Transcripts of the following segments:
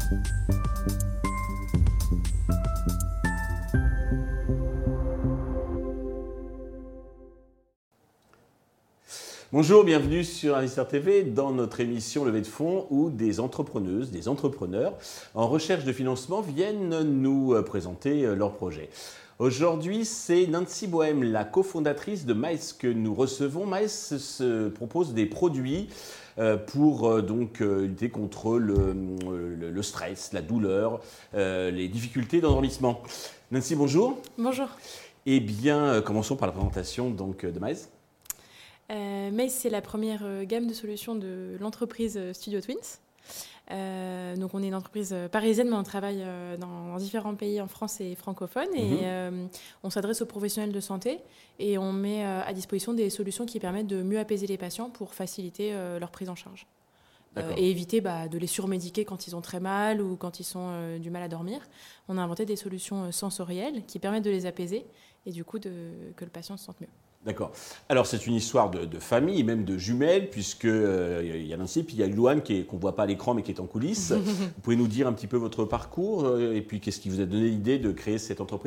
Bonjour, bienvenue sur Investisseur TV dans notre émission Levée de fonds où des entrepreneuses, des entrepreneurs en recherche de financement viennent nous présenter leurs projets. Aujourd'hui, c'est Nancy Bohème, la cofondatrice de Maes que nous recevons. Maes se propose des produits pour lutter contre le stress, la douleur, les difficultés d'endormissement. Nancy, bonjour. Bonjour. Eh bien, commençons par la présentation de Maes. Maes, c'est la première gamme de solutions de l'entreprise Studio Twins. Donc on est une entreprise parisienne, mais on travaille dans différents pays en France et francophones. Et on s'adresse aux professionnels de santé et on met à disposition des solutions qui permettent de mieux apaiser les patients pour faciliter leur prise en charge. Et éviter de les surmédiquer quand ils ont très mal ou quand ils ont du mal à dormir. On a inventé des solutions sensorielles qui permettent de les apaiser et du coup que le patient se sente mieux. D'accord. Alors, c'est une histoire de famille, même de jumelles, puisqu'il y a Nancy, puis il y a Louane qu'on ne voit pas à l'écran, mais qui est en coulisses. Vous pouvez nous dire un petit peu votre parcours et puis qu'est-ce qui vous a donné l'idée de créer cette entreprise ?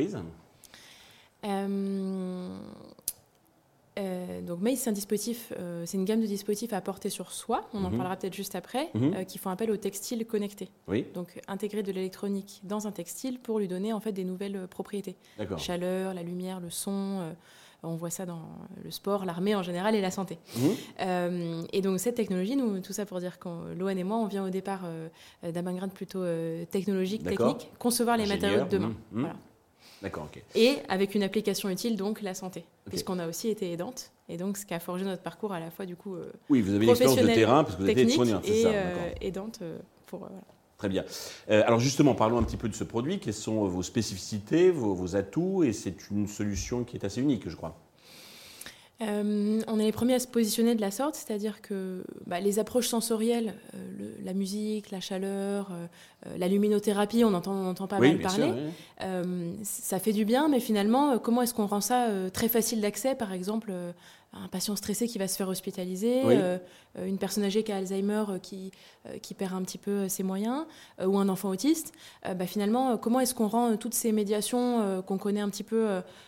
Donc Maes, c'est une gamme de dispositifs à porter sur soi, on en parlera peut-être juste après, qui font appel au textile connecté. Oui. Donc intégrer de l'électronique dans un textile pour lui donner en fait des nouvelles propriétés. D'accord. Chaleur, la lumière, le son, on voit ça dans le sport, l'armée en général et la santé. Et donc cette technologie, nous, tout ça pour dire que Loane et moi, on vient au départ d'un background plutôt technologique, technique, concevoir les matériaux de demain. Voilà. D'accord, ok. Et avec une application utile, donc la santé, puisqu'on a aussi été aidante. Et donc, ce qui a forgé notre parcours à la fois, du coup, oui, vous avez l'expérience de terrain, parce que vous avez été soignante, c'est ça. Aidante pour... voilà. Très bien. Alors justement, parlons un petit peu de ce produit. Quelles sont vos spécificités, vos atouts ? Et c'est une solution qui est assez unique, je crois. On est les premiers à se positionner de la sorte, c'est-à-dire que les approches sensorielles, la musique, la chaleur, la luminothérapie, on entend pas mal parler, sûr, oui. Ça fait du bien, mais finalement, comment est-ce qu'on rend ça très facile d'accès ? Par exemple, un patient stressé qui va se faire hospitaliser, une personne âgée qui a Alzheimer qui perd un petit peu ses moyens, ou un enfant autiste. Finalement, comment est-ce qu'on rend toutes ces médiations qu'on connaît un petit peu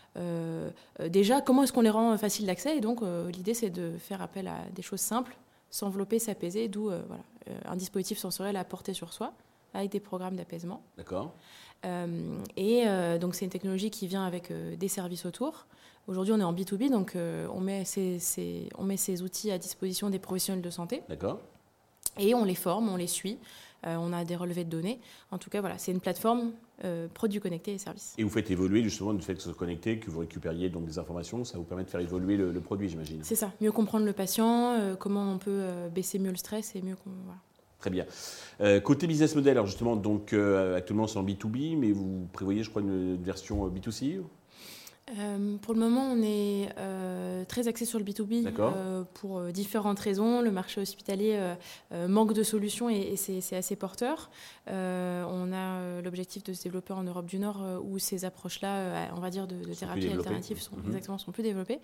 déjà, comment est-ce qu'on les rend faciles d'accès ? Et donc, l'idée, c'est de faire appel à des choses simples, s'envelopper, s'apaiser, d'où un dispositif sensoriel à porter sur soi, avec des programmes d'apaisement. D'accord. Donc, c'est une technologie qui vient avec des services autour. Aujourd'hui, on est en B2B, donc on met ces outils à disposition des professionnels de santé. D'accord. Et on les forme, on les suit. On a des relevés de données. En tout cas, voilà, c'est une plateforme produits connectés et services. Et vous faites évoluer justement le fait de se connecter, que vous récupériez donc des informations, ça vous permet de faire évoluer le produit, j'imagine. C'est ça, mieux comprendre le patient, comment on peut baisser mieux le stress et mieux qu'on... Voilà. Très bien. Côté business model, alors justement, donc actuellement c'est en B2B, mais vous prévoyez, je crois, une version B2C ? Pour le moment, on est très axé sur le B2B pour différentes raisons. Le marché hospitalier manque de solutions et c'est assez porteur. On a l'objectif de se développer en Europe du Nord où ces approches-là, on va dire, de thérapie alternative sont plus développées.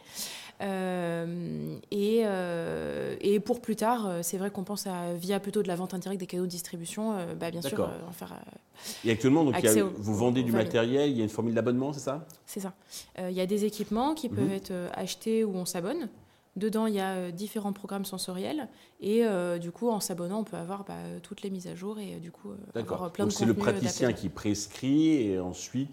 Et pour plus tard, c'est vrai qu'on pense via plutôt de la vente indirecte des canaux de distribution, bien sûr, en faire... Et actuellement, donc, vous vendez du matériel, il y a une formule d'abonnement, c'est ça ? C'est ça. Il y a des équipements qui peuvent être achetés ou on s'abonne. Dedans, il y a différents programmes sensoriels. Et du coup, en s'abonnant, on peut avoir toutes les mises à jour et du coup avoir plein de contenus. C'est le praticien qui prescrit et ensuite,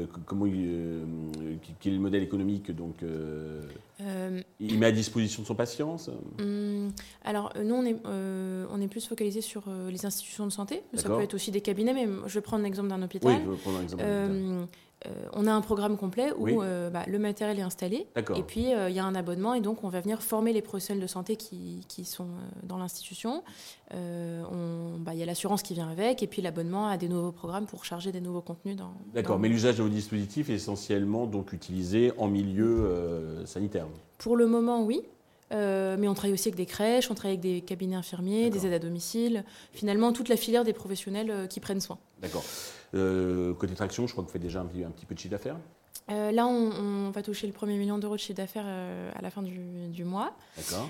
quel est le modèle économique donc, il met à disposition de son patient Alors, nous, on est plus focalisé sur les institutions de santé. Ça peut être aussi des cabinets, mais je vais prendre l'exemple d'un hôpital. Oui, je vais prendre l'exemple d'un hôpital. On a un programme complet où le matériel est installé et puis il y a un abonnement et donc on va venir former les professionnels de santé qui sont dans l'institution. Il y a l'assurance qui vient avec et puis l'abonnement à des nouveaux programmes pour charger des nouveaux contenus. D'accord, mais l'usage de vos dispositifs est essentiellement donc, utilisé en milieu sanitaire. Pour le moment, oui. Mais on travaille aussi avec des crèches, on travaille avec des cabinets infirmiers, des aides à domicile. Finalement, toute la filière des professionnels qui prennent soin. D'accord. Côté traction, je crois que vous faites déjà un petit peu de chiffre d'affaires ? Là, on va toucher le premier million d'euros de chiffre d'affaires à la fin du mois. D'accord.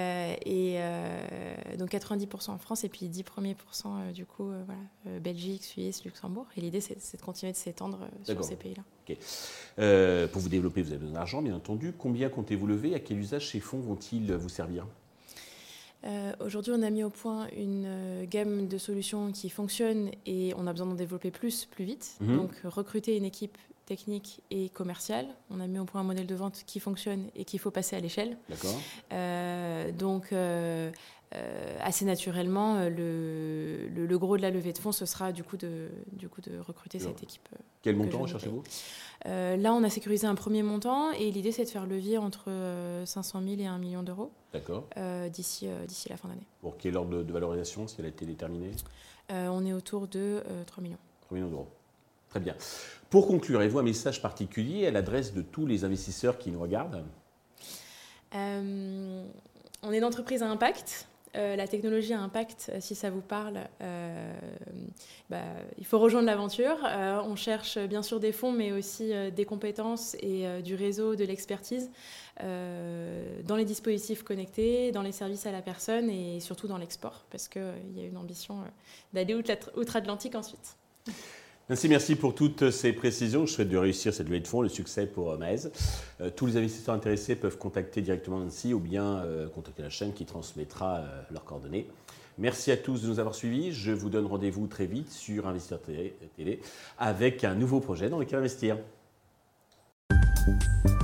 Donc 90% en France et puis 10 premiers pourcents Belgique, Suisse, Luxembourg. Et l'idée, c'est de continuer de s'étendre sur ces pays-là. Okay. Pour vous développer, vous avez besoin d'argent, bien entendu. Combien comptez-vous lever? À quel usage ces fonds vont-ils vous servir? Aujourd'hui, on a mis au point une gamme de solutions qui fonctionnent et on a besoin d'en développer plus vite. Donc, recruter une équipe technique et commerciale. On a mis au point un modèle de vente qui fonctionne et qu'il faut passer à l'échelle. D'accord. Assez naturellement, le gros de la levée de fonds, ce sera du coup de recruter cette équipe. Quel montant recherchez-vous? Là, on a sécurisé un premier montant et l'idée, c'est de faire levier entre 500 000 et 1 million d'euros. D'accord. D'ici la fin d'année. Pour quel ordre de valorisation, si elle a été déterminée? On est autour de 3 millions. 3 millions d'euros. Très bien. Pour conclure, avez-vous un message particulier à l'adresse de tous les investisseurs qui nous regardent? On est une entreprise à impact. La technologie a impact, si ça vous parle. Il faut rejoindre l'aventure. On cherche bien sûr des fonds, mais aussi des compétences et du réseau, de l'expertise dans les dispositifs connectés, dans les services à la personne et surtout dans l'export, parce qu'il y a une ambition d'aller outre-Atlantique ensuite. Merci pour toutes ces précisions. Je souhaite de réussir cette levée de fonds, le succès pour Maez. Tous les investisseurs intéressés peuvent contacter directement Nancy ou bien contacter la chaîne qui transmettra leurs coordonnées. Merci à tous de nous avoir suivis. Je vous donne rendez-vous très vite sur Investisseur Télé avec un nouveau projet dans lequel investir.